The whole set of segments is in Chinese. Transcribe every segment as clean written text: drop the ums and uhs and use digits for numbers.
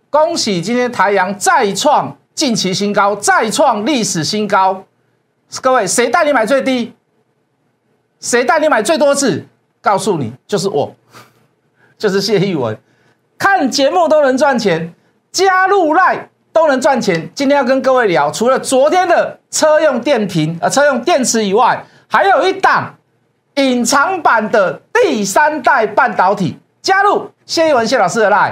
恭喜今天台阳再创近期新高，再创历史新高。各位，谁带你买最低？谁带你买最多次？告诉你，就是我，就是谢逸文。看节目都能赚钱，加入 LINE 都能赚钱。今天要跟各位聊，除了昨天的车用车用电池以外，还有一档隐藏版的第3代半导体。加入谢逸文谢老师的 LINE。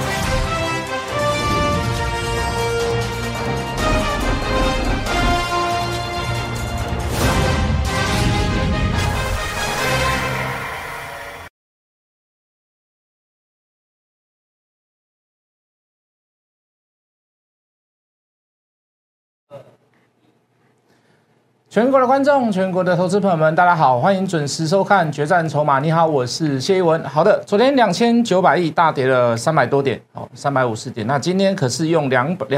全国的观众，全国的投资朋友们，大家好，欢迎准时收看《决战筹码》。你好，我是谢逸文。好的，昨天2900亿大跌了300多点，350点。那今天可是用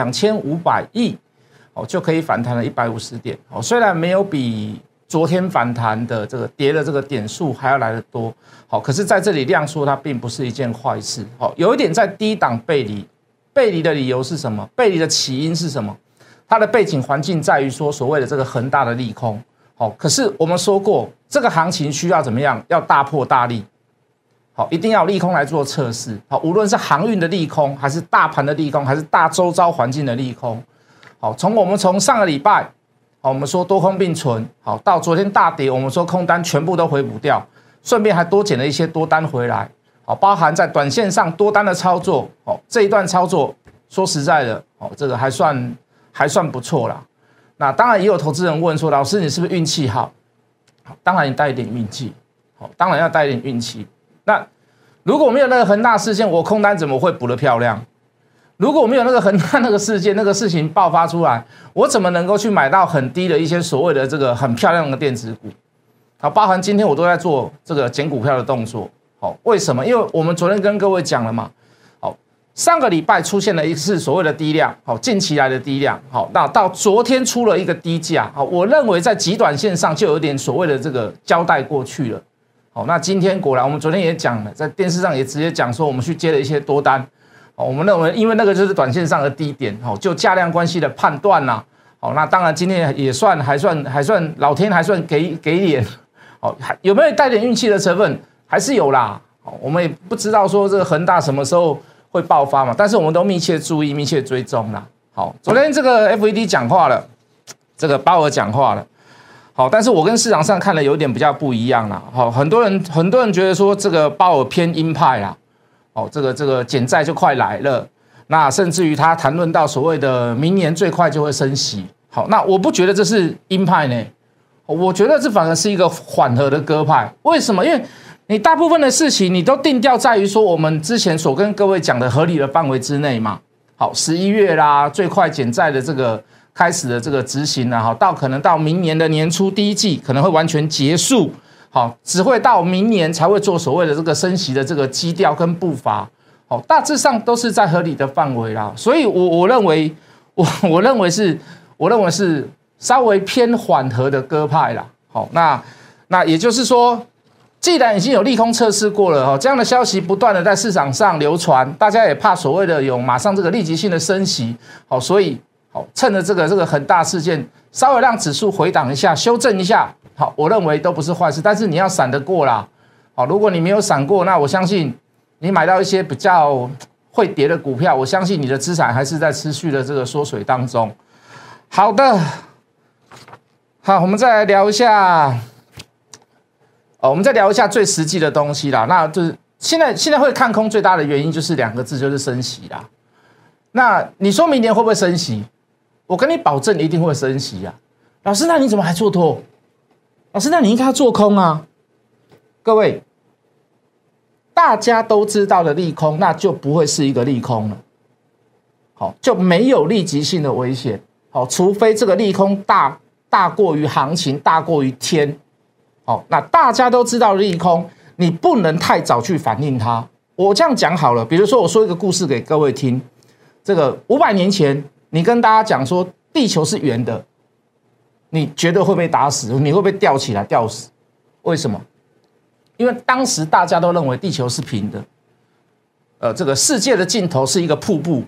2500亿就可以反弹了150点。虽然没有比昨天反弹的这个跌的这个点数还要来得多，可是在这里量缩它并不是一件坏事。有一点在低档背离，背离的理由是什么？背离的起因是什么？它的背景环境在于说所谓的这个恒大的利空，可是我们说过，这个行情需要怎么样？要大破大立，一定要利空来做测试，无论是航运的利空，还是大盘的利空，还是大周遭环境的利空，我们从上个礼拜，我们说多空并存，到昨天大跌，我们说空单全部都回补掉，顺便还多捡了一些多单回来，包含在短线上多单的操作，这一段操作说实在的，这个还算不错啦。那当然也有投资人问说，老师你是不是运气好？当然你带一点运气，当然要带一点运气。那如果没有那个恒大事件，我空单怎么会补得漂亮？如果没有那个恒大那个事件，那个事情爆发出来，我怎么能够去买到很低的一些所谓的这个很漂亮的电子股？包含今天我都在做这个捡股票的动作。为什么？因为我们昨天跟各位讲了嘛。上个礼拜出现了一次所谓的低量，近期来的低量，那到昨天出了一个低价，我认为在极短线上就有点所谓的这个交代过去了。那今天果然，我们昨天也讲了，在电视上也直接讲说，我们去接了一些多单，我们认为因为那个就是短线上的低点，就价量关系的判断啦。那当然今天也还算老天还算给脸，有没有带点运气的成分？还是有啦。我们也不知道说这个恒大什么时候会爆发嘛，但是我们都密切注意、密切追踪啦。好，昨天这个 FED 讲话了，这个鲍尔讲话了，好，但是我跟市场上看的有点比较不一样啦。好，很多人觉得说这个鲍尔偏鹰派啦，这个减债就快来了，那甚至于他谈论到所谓的明年最快就会升息。好，那我不觉得这是鹰派呢，我觉得这反而是一个缓和的鸽派。为什么？因为你大部分的事情你都定调在于说我们之前所跟各位讲的合理的范围之内嘛。好，11月啦，最快减债的这个开始的这个执行啦，好，可能到明年的年初第一季可能会完全结束，好，只会到明年才会做所谓的这个升息的这个基调跟步伐，好，大致上都是在合理的范围啦。所以我认为是稍微偏缓和的鸽派啦。好，那也就是说，既然已经有利空测试过了，这样的消息不断的在市场上流传，大家也怕所谓的有马上这个立即性的升息，所以趁着这个很大事件，稍微让指数回档一下，修正一下，好，我认为都不是坏事。但是你要闪得过啦，好，如果你没有闪过，那我相信你买到一些比较会跌的股票，我相信你的资产还是在持续的这个缩水当中。好的，好，我们再来聊一下。我们再聊一下最实际的东西啦，那就是现在会看空最大的原因就是2个字，就是升息啦。那你说明年会不会升息？我跟你保证一定会升息啊。老师，那你怎么还做多？老师，那你应该要做空啊。各位，大家都知道的利空，那就不会是一个利空了。好，就没有立即性的危险。好，除非这个利空大过于行情，大过于天。好，那大家都知道利空，你不能太早去反应它。我这样讲好了，比如说我说一个故事给各位听，这个500年前，你跟大家讲说地球是圆的，你绝对会被打死，你会被吊起来吊死。为什么？因为当时大家都认为地球是平的，这个世界的尽头是一个瀑布，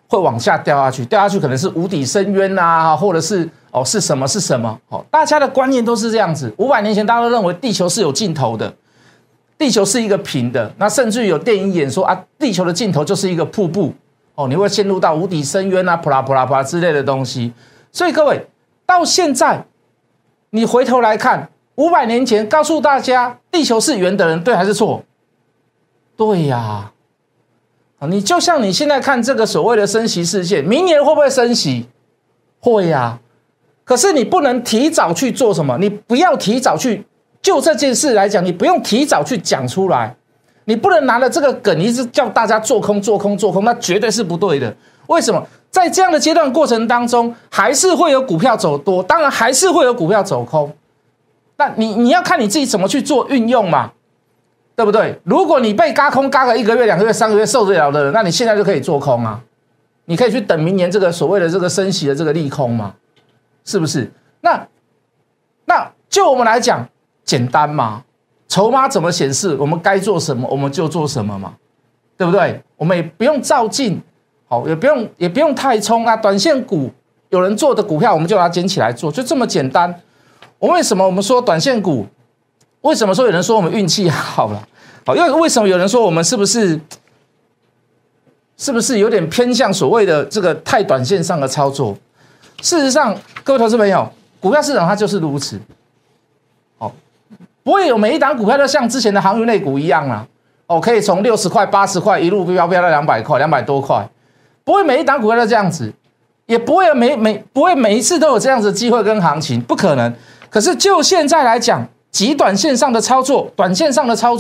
会往下掉下去，掉下去可能是无底深渊啊，或者是是什么是什么？大家的观念都是这样子。500年前大家都认为地球是有尽头的，地球是一个平的，那甚至有电影演说啊，地球的尽头就是一个瀑布你会陷入到无底深渊啊，普拉普拉普拉之类的东西。所以各位到现在，你回头来看，500年前告诉大家地球是圆的人，对还是错？对呀。你就像你现在看这个所谓的升息事件，明年会不会升息？会呀。可是你不能提早去做什么，你不要提早去就这件事来讲，你不用提早去讲出来，你不能拿了这个梗一直叫大家做空做空做空，那绝对是不对的。为什么？在这样的阶段过程当中，还是会有股票走多，当然还是会有股票走空。那你要看你自己怎么去做运用嘛。对不对？如果你被軋空軋个1个月、2个月、3个月受得了的人，那你现在就可以做空啊！你可以去等明年这个所谓的这个升息的这个利空嘛，是不是？那就我们来讲，简单嘛，筹码怎么显示，我们该做什么我们就做什么嘛，对不对？我们也不用照进，也不用太冲啊。短线股有人做的股票，我们就把它捡起来做，就这么简单。为什么我们说短线股？为什么说有人说我们运气好了？因为为什么有人说我们是不是有点偏向所谓的这个太短线上的操作？事实上，各位投资朋友，股票市场它就是如此。不会有每一档股票都像之前的航运类股一样啊，可以从60块、80块一路飙到200块、200多块，不会每一档股票都这样子，也不会每一次都有这样子的机会跟行情，不可能。可是就现在来讲，极短线上的操作，短线上的操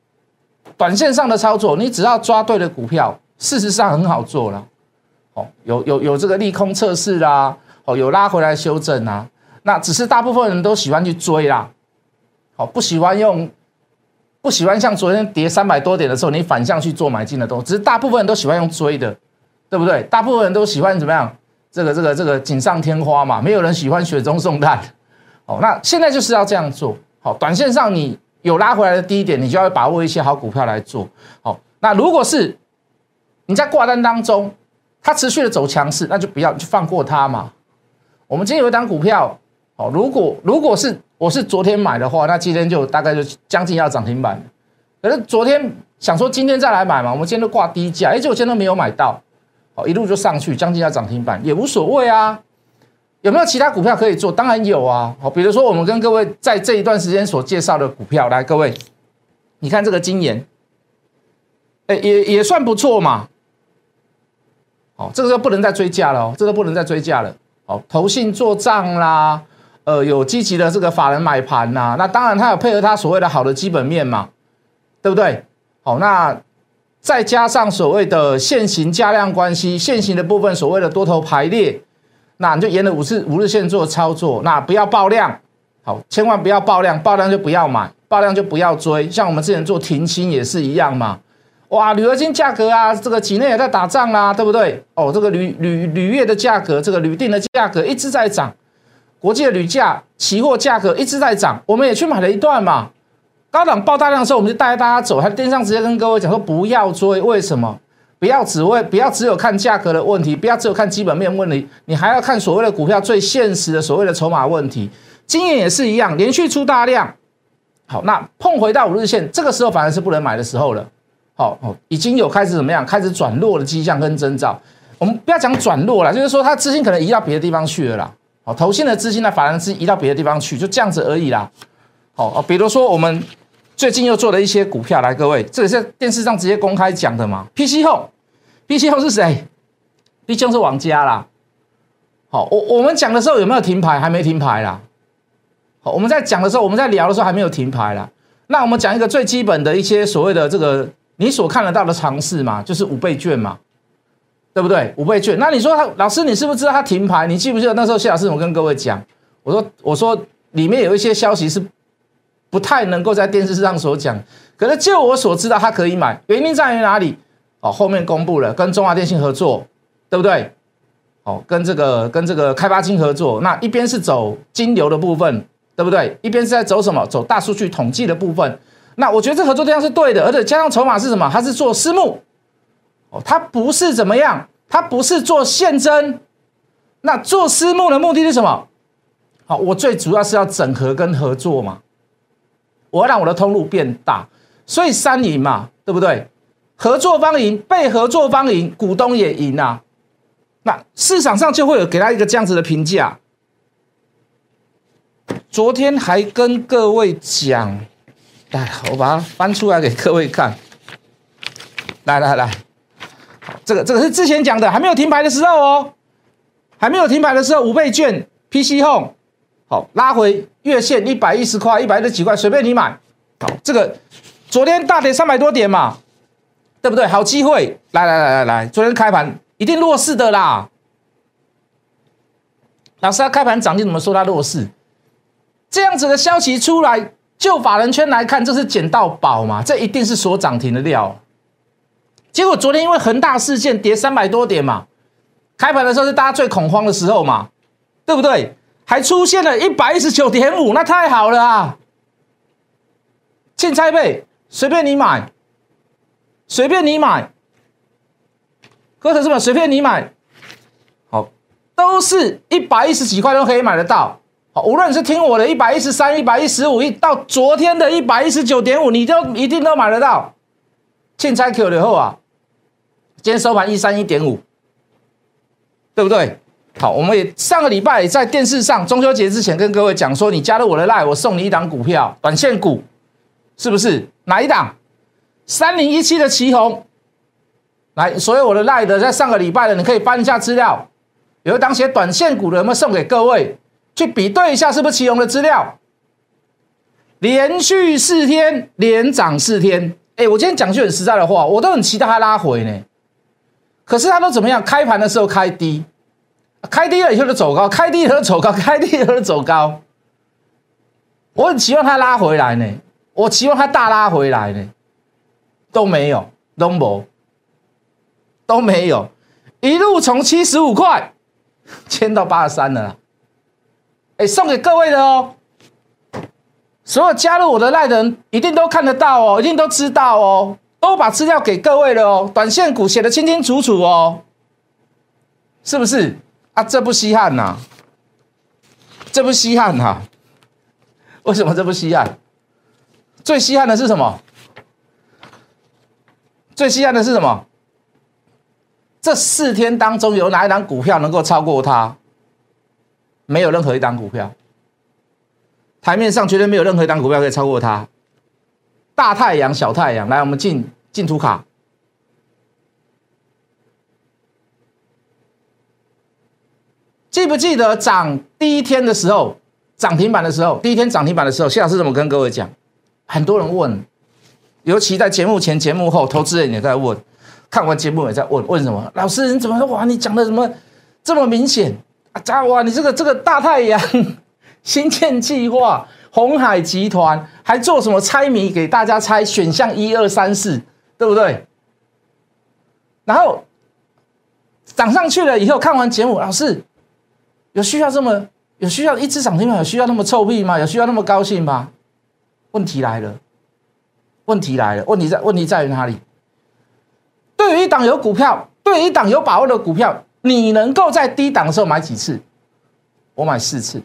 作，你只要抓对了股票，事实上很好做了。有这个利空测试啦，有拉回来修正啊。那只是大部分人都喜欢去追啦，不喜欢像昨天跌300多点的时候，你反向去做买进的东西。只是大部分人都喜欢用追的，对不对？大部分人都喜欢怎么样？这个锦上添花嘛，没有人喜欢雪中送炭。那现在就是要这样做。短线上你有拉回来的低点，你就要把握一些好股票来做。那如果是你在挂单当中，它持续的走强势，那就不要去放过它嘛。我们今天有一档股票，如果是我是昨天买的话，那今天就大概就将近要涨停板了。可是昨天想说今天再来买嘛，我们今天都挂低价，结果今天都没有买到，一路就上去，将近要涨停板也无所谓啊。有没有其他股票可以做？当然有啊。比如说我们跟各位在这一段时间所介绍的股票，来各位，你看这个金研，也算不错嘛。这个就不能再追价了投信做账啦，有积极的这个法人买盘啦，那当然它有配合它所谓的好的基本面嘛，对不对？那再加上所谓的现行价量关系，现行的部分所谓的多头排列。那你就沿着五日线做操作，那不要爆量，千万不要爆量，爆量就不要买，爆量就不要追。像我们之前做停薪也是一样嘛，哇，铝合金价格啊，这个几内也在打仗啦，对不对？这个铝业的价格，这个铝锭的价格一直在涨，国际的铝价期货价格一直在涨，我们也去买了一段嘛。高档爆大量的时候，我们就带大家走，还电商直接跟各位讲说不要追，为什么？不要只有看价格的问题，不要只有看基本面问题，你还要看所谓的股票最现实的所谓的筹码问题。今年也是一样，连续出大量，那碰回到5日线，这个时候反而是不能买的时候了。已经有开始怎么样？开始转弱的迹象跟征兆。我们不要讲转弱啦，就是说它资金可能移到别的地方去了啦。投信的资金呢，法人资金移到别的地方去，就这样子而已啦。比如说我们最近又做了一些股票，来各位，这个是电视上直接公开讲的嘛。PC Home 是谁 ？PC Home 是网家啦。我们讲的时候有没有停牌？还没停牌啦。我们在讲的时候，我们在聊的时候还没有停牌啦。那我们讲一个最基本的一些所谓的这个你所看得到的常识嘛，就是5倍券嘛，对不对？5倍券。那你说老师，你是不是知道它停牌？你记不记得那时候谢老师我跟各位讲，我说里面有一些消息是不太能够在电视上所讲，可是就我所知道，它可以买，原因在于哪里？后面公布了跟中华电信合作，对不对？跟这个开发金合作，那一边是走金流的部分，对不对？一边是在走什么？走大数据统计的部分。那我觉得这合作对象是对的，而且加上筹码是什么？它是做私募，它不是怎么样？ 它不是做现增，那做私募的目的是什么？好，我最主要是要整合跟合作嘛，我要让我的通路变大，所以三赢嘛，对不对？合作方赢，被合作方赢，股东也赢啊。那市场上就会有给他一个这样子的评价。昨天还跟各位讲，来，我把它翻出来给各位看。来，这个是之前讲的，还没有停牌的时候哦，还没有停牌的时候，5倍券 PC Home 好拉回月线110块、110几块，随便你买。好，这个昨天大跌300多点嘛，对不对？好机会，来，昨天开盘一定弱势的啦。老师，他开盘涨，你怎么说他弱势？这样子的消息出来，就法人圈来看，这是捡到宝嘛？这一定是锁涨停的料。结果昨天因为恒大事件跌300多点嘛，开盘的时候是大家最恐慌的时候嘛，对不对？还出现了 119.5， 那太好了啊！凊彩买，随便你买，随便你买，各位同志们，随便你买，好，都是110几块都可以买得到。好，无论是听我的113、115，到昨天的119.5，你就一定都买得到。凊彩 Q 的后啊，今天收盘131.5，对不对？好，我们也上个礼拜也在电视上中秋节之前跟各位讲说，你加入我的 LINE， 我送你一档股票，短线股，是不是？哪一档？3017的奇鋐。来，所有我的 LINE 的在上个礼拜的，你可以翻一下资料，有一档写短线股的，有没有送给各位？去比对一下是不是奇鋐的资料？连续4天连涨4天。我今天讲句很实在的话，我都很期待它拉回呢。可是它都怎么样？开盘的时候开低，开低了以后就走高，开低了就走高，开低了就走高。我很期望它拉回来呢，我期望它大拉回来呢，都没有，都没有，一路从75块签到83了啦。送给各位的哦。所有加入我的 LINE 的人一定都看得到哦，一定都知道哦，都把资料给各位了哦，短线股写得清清楚楚哦，是不是啊？这不稀罕呐，这不稀罕呐。为什么这不稀罕？最稀罕的是什么？最稀罕的是什么？这4天当中有哪一档股票能够超过它？没有任何一档股票。台面上绝对没有任何一档股票可以超过它。大太阳、小太阳，来，我们进图卡。记不记得涨第一天的时候，涨停板的时候，第一天涨停板的时候，谢老师怎么跟各位讲？很多人问，尤其在节目前、节目后，投资人也在问，看完节目也在问什么？老师你怎么说？哇，你讲的怎么这么明显啊？哇，你这个大太阳。新建计划、鸿海集团还做什么猜谜给大家猜选项1、2、3、4，对不对？然后涨上去了以后，看完节目，老师有需要一只涨停板有需要那么臭屁吗？有需要那么高兴吗？问题来了，问题在于哪里？对于一档有股票，对于一档有把握的股票，你能够在低档的时候买几次？我买4次。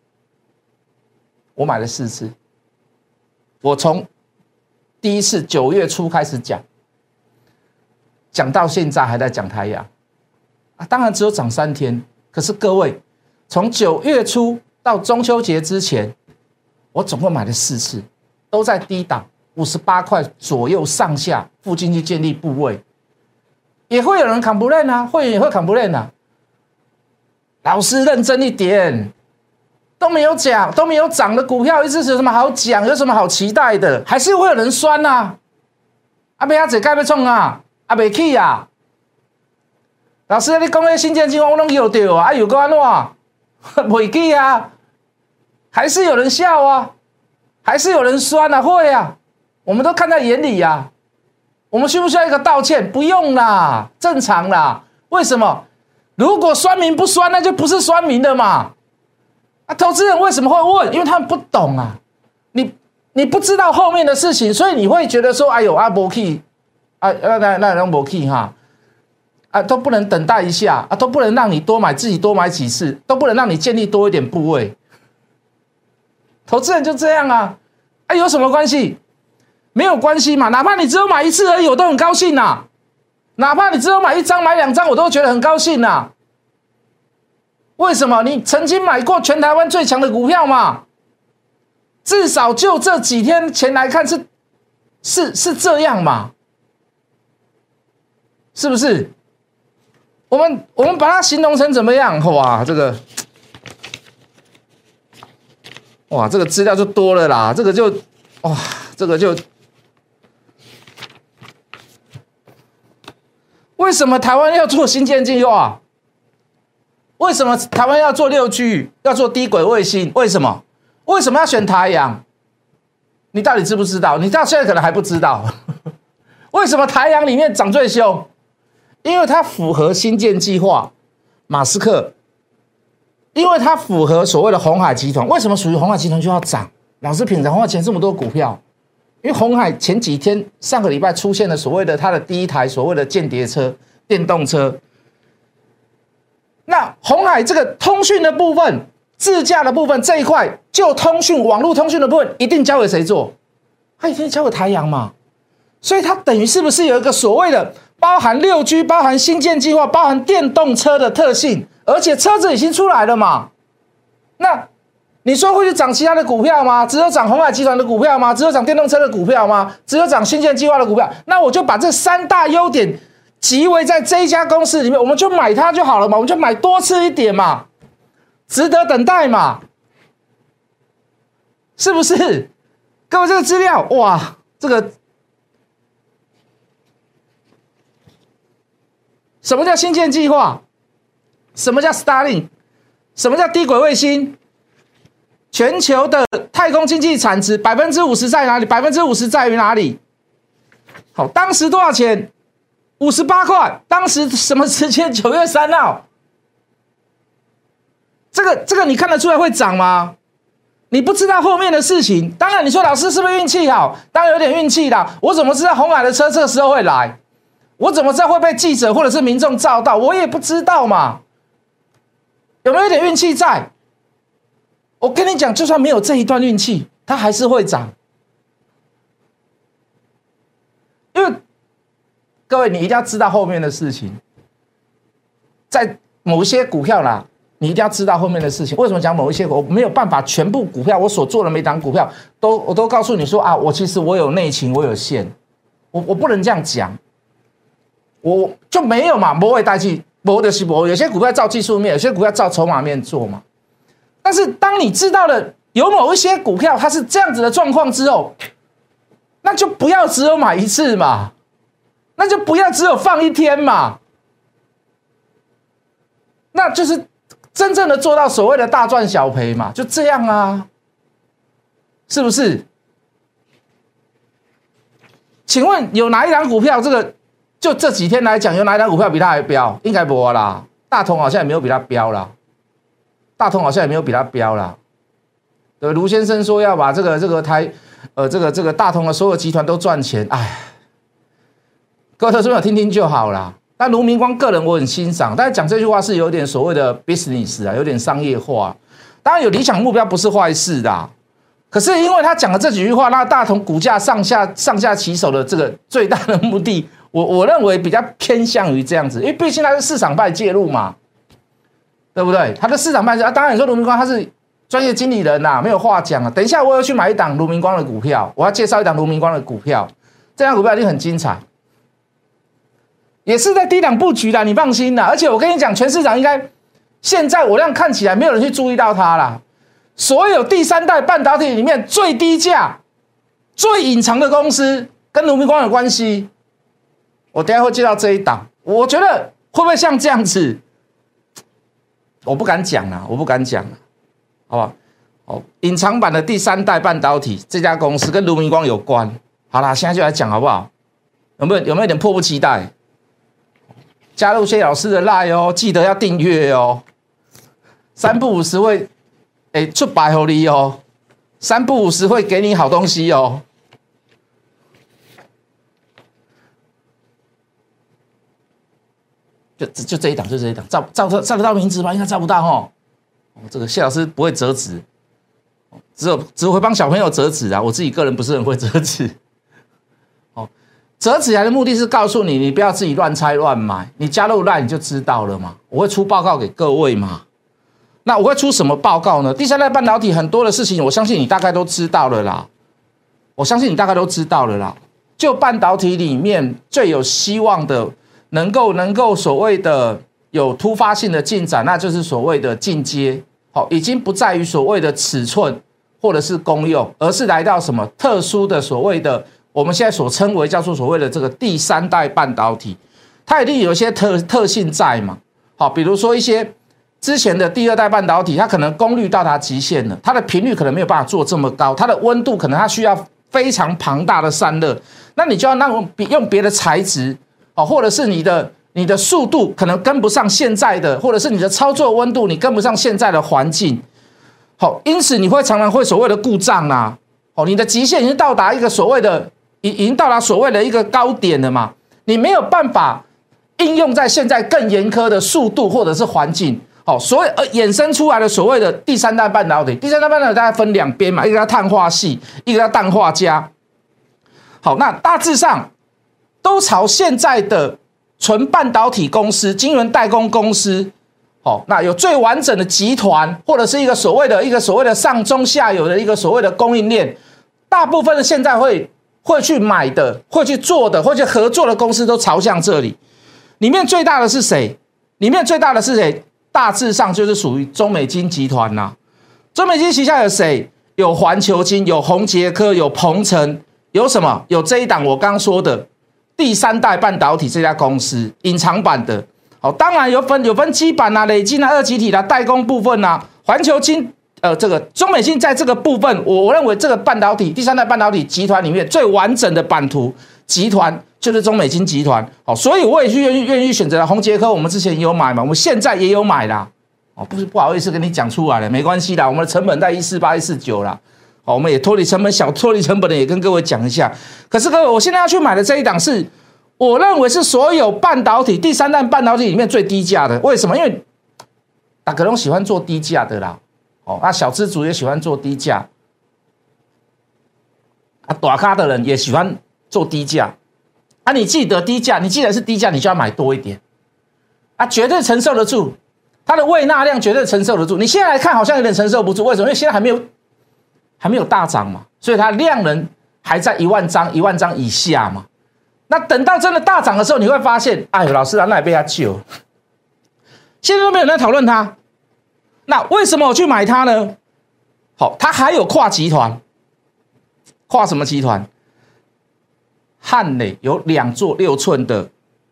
我买了4次，我从第一次9月初开始讲到现在还在讲太阳啊，当然只有涨3天，可是各位从9月初到中秋节之前，我总共买了4次，都在低档58块左右上下附近去建立部位，也会有人complain啊，会员也会complain啊，老师认真一点。都没有讲，都没有涨的股票，一直有什么好讲？有什么好期待的？还是会有人酸呐？啊，别这该要创啊，啊，没去啊。老师，你讲那新建计划我拢有到啊，有个安怎？没去啊，还是有人笑啊，还是有人酸啊，会啊，我们都看在眼里啊。我们需不需要一个道歉？不用啦，正常啦。为什么？如果酸民不酸，那就不是酸民的嘛。啊，投资人为什么会问？因为他们不懂啊，你不知道后面的事情，所以你会觉得说，哎呦，啊，没去，啊，那没去哈。 啊，都不能等待一下啊，都不能让你自己多买几次，都不能让你建立多一点部位。投资人就这样啊，啊，有什么关系？没有关系嘛，哪怕你只有买一次而已，我都很高兴呐。哪怕你只有买1张、买2张，我都觉得很高兴呐。为什么？你曾经买过全台湾最强的股票嘛？至少就这几天前来看是这样嘛？是不是？我们把它形容成怎么样？哇，这个资料就多了啦，这个就为什么台湾要做新建计划？为什么台湾要做6G， 要做低轨卫星？为什么？为什么要选台阳？你到底知不知道？你到现在可能还不知道。为什么台阳里面涨最凶？因为它符合新建计划，马斯克，因为它符合所谓的鸿海集团。为什么属于鸿海集团就要涨？老师品尝鸿海前这么多股票，因为鸿海前几天上个礼拜出现了所谓的它的第一台所谓的间谍车、电动车。那鸿海这个通讯的部分、自驾的部分这一块，就通讯、网络通讯的部分，一定交给谁做？它一定交给台阳嘛。所以它等于是不是有一个所谓的包含6G、包含新建计划、包含电动车的特性，而且车子已经出来了嘛？那你说会去涨其他的股票吗？只有涨鸿海集团的股票吗？只有涨电动车的股票吗？只有涨新建计划的股票？那我就把这3大优点集为在这一家公司里面，我们就买它就好了嘛，我们就买多吃一点嘛，值得等待嘛，是不是？各位，这个资料哇，这个什么叫新建计划？什么叫 Starlink？ 什么叫低轨卫星？全球的太空经济产值 50% 在哪里？ 50% 在于哪里？好，当时多少钱？58块。当时什么时间？9月3号。这个你看得出来会涨吗？你不知道后面的事情。当然你说老师是不是运气好？当然有点运气啦。我怎么知道鸿海的车这个时候会来？我怎么知道会被记者或者是民众照到？我也不知道嘛。有没有一点运气在？我跟你讲，就算没有这一段运气，它还是会涨。因为各位，你一定要知道后面的事情。在某一些股票啦，你一定要知道后面的事情。为什么讲某一些？我没有办法全部股票，我所做的每档股票我都告诉你说啊，其实我有内情，我有线，我不能这样讲。我就没有嘛，不会带去，不就是不。有些股票照技术面，有些股票照筹码面做嘛。但是当你知道了有某一些股票它是这样子的状况之后，那就不要只有买一次嘛，那就不要只有放一天嘛，那就是真正的做到所谓的大赚小赔嘛，就这样啊，是不是？请问有哪一档股票就这几天来讲，有哪一档股票比它还飙？应该没有啦，大同好像也没有比它飙啦。对，卢先生说要把这个大同的所有集团都赚钱，哎，各位投资朋友听听就好啦。但卢明光个人我很欣赏，但是讲这句话是有点所谓的 business 啊，有点商业化。当然有理想目标不是坏事的，可是因为他讲的这几句话，那大同股价上下其手的这个最大的目的，我认为比较偏向于这样子，因为毕竟他是市场派介入嘛。对不对？他的市场派当然你说卢明光他是专业经理人呐，没有话讲啊。等一下我要去买一档卢明光的股票，我要介绍一档卢明光的股票，这档股票一定很精彩，也是在低档布局的，你放心啦。而且我跟你讲，全市场应该现在我这样看起来没有人去注意到它啦。所有第3代半导体里面最低价、最隐藏的公司跟卢明光有关系，我等一下会介绍这一档。我觉得会不会像这样子？我不敢讲啦，好不好？哦，隐藏版的第3代半导体这家公司跟卢明光有关。好啦，现在就来讲好不好？有没有一点迫不及待？加入谢老师的 LINE 哦，记得要订阅哦。3不5时会出白给你哦，3不5时会给你好东西哦。 就这一档，就这一档，照得到名字吗？应该照不到哈。这个谢老师不会折纸，只会帮小朋友折纸啊，我自己个人不是很会折纸。折纸来的目的是告诉你，你不要自己乱猜乱买，你加入 LINE 你就知道了嘛。我会出报告给各位嘛。那我会出什么报告呢？第三代半导体很多的事情，我相信你大概都知道了啦。就半导体里面最有希望的，能够所谓的有突发性的进展，那就是所谓的进阶。已经不在于所谓的尺寸或者是功用，而是来到什么特殊的所谓的。我们现在所称为叫做所谓的这个第三代半导体，它一定有一些特性在嘛？好，比如说一些之前的第二代半导体，它可能功率到达极限了，它的频率可能没有办法做这么高，它的温度可能它需要非常庞大的散热，那你就要用别的材质，或者是你的速度可能跟不上现在的，或者是你的操作温度你跟不上现在的环境，好，因此你会常常会所谓的故障啊，你的极限已经到达一个所谓的。已经到达所谓的一个高点了嘛？你没有办法应用在现在更严苛的速度或者是环境，所以而衍生出来的所谓的第三代半导体。第三代半导体大概分两边嘛，一个叫碳化系，一个叫氮化镓。好，那大致上都朝现在的纯半导体公司、晶圆代工公司，那有最完整的集团，或者是一个所谓的上中下游的一个所谓的供应链，大部分的现在会去买的、会去做的、会去合作的公司都朝向这里。里面最大的是谁？大致上就是属于中美晶集团呐。中美晶旗下有谁？有环球晶、有宏捷科、有鹏程，有什么？有这一档我刚说的第三代半导体这家公司，隐藏版的。好，当然有分基板啊、磊晶啊、二极体啦、代工部分啊，环球晶。这个中美晶在这个部分，我认为这个半导体第三代半导体集团里面最完整的版图集团就是中美晶集团。好，所以我也去愿意选择了宏捷科，我们之前也有买嘛，我们现在也有买啦。不好意思跟你讲出来了，没关系啦，我们的成本在148、149啦。好，我们也脱离成本的也跟各位讲一下。可是各位，我现在要去买的这一档是，我认为是所有半导体第三代半导体里面最低价的。为什么？因为大家都喜欢做低价的啦。那小资族也喜欢做低价，大咖的人也喜欢做低价，你记得低价，你既然是低价，你就要买多一点，绝对承受得住，它的胃纳量绝对承受得住。你现在来看好像有点承受不住，为什么？因为现在还没有大涨嘛，所以它量能还在1万张以下嘛。那等到真的大涨的时候，你会发现，哎呦，老师那也被他救，现在都没有人在讨论它。那为什么我去买它呢？好，它还有跨集团，跨什么集团？汉磊有2座6寸的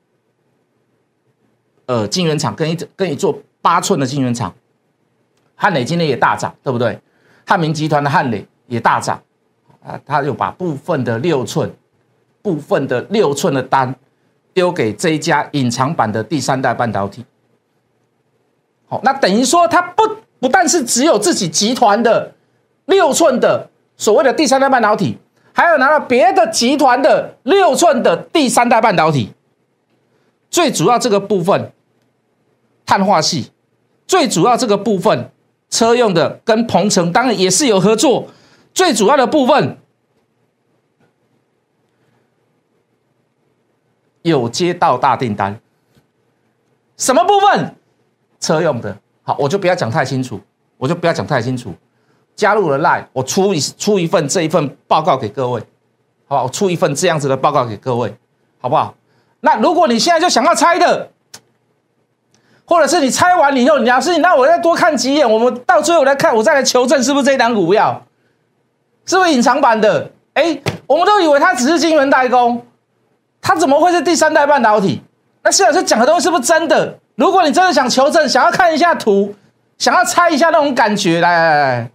晶圆厂，跟一座8寸的晶圆厂。汉磊今天也大涨，对不对？汉明集团的汉磊也大涨，他就把部分的6寸的单丢给这一家隐藏版的第三代半导体。好，那等于说它不但是只有自己集团的6寸的所谓的第三代半导体，还有拿到别的集团的6寸的第三代半导体。最主要这个部分碳化系，最主要这个部分车用的跟鹏程当然也是有合作，最主要的部分有接到大订单，什么部分？车用的。好，我就不要讲太清楚，加入了 LINE， 我出一份这一份报告给各位，好不好？我出一份这样子的报告给各位，好不好？那如果你现在就想要猜的，或者是你猜完以后，老师，那我再多看几眼，我们到最后来看，我再来求证是不是这一档股票，是不是隐藏版的？我们都以为它只是晶圆代工，它怎么会是第三代半导体？那谢老师讲的东西是不是真的？如果你真的想求证，想要看一下图，想要猜一下那种感觉，来，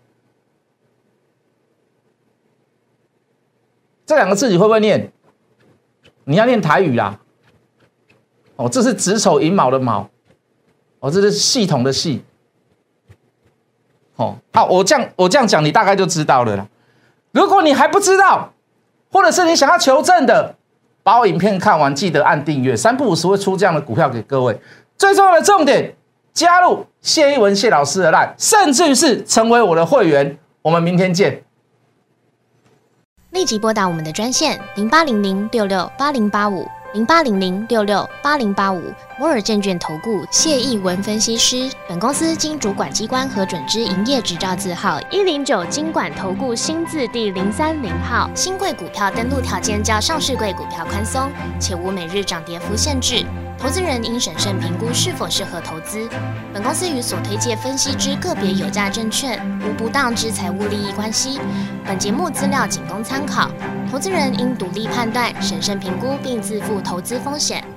这2个字你会不会念？你要念台语啦。这是子丑寅卯的卯，这是系统的系。我这样讲，你大概就知道了啦。如果你还不知道，或者是你想要求证的，把我影片看完，记得按订阅，3不5时会出这样的股票给各位。 最重要的重点，加入谢逸文谢老师的 LINE， 甚至于是成为我的会员。我们明天见。 立即拨打我们的专线08006680850800668085摩尔证券投顾谢逸文分析师。本公司经主管机关核准之营业执照字号109金管投顾新字第030号。新贵股票登录条件较上市柜股票宽松，且无每日涨跌幅限制。投资人应审慎评估是否适合投资。本公司与所推介分析之个别有价证券无不当之财务利益关系。本节目资料仅供参考，投资人应独立判断、审慎评估并自负投资风险。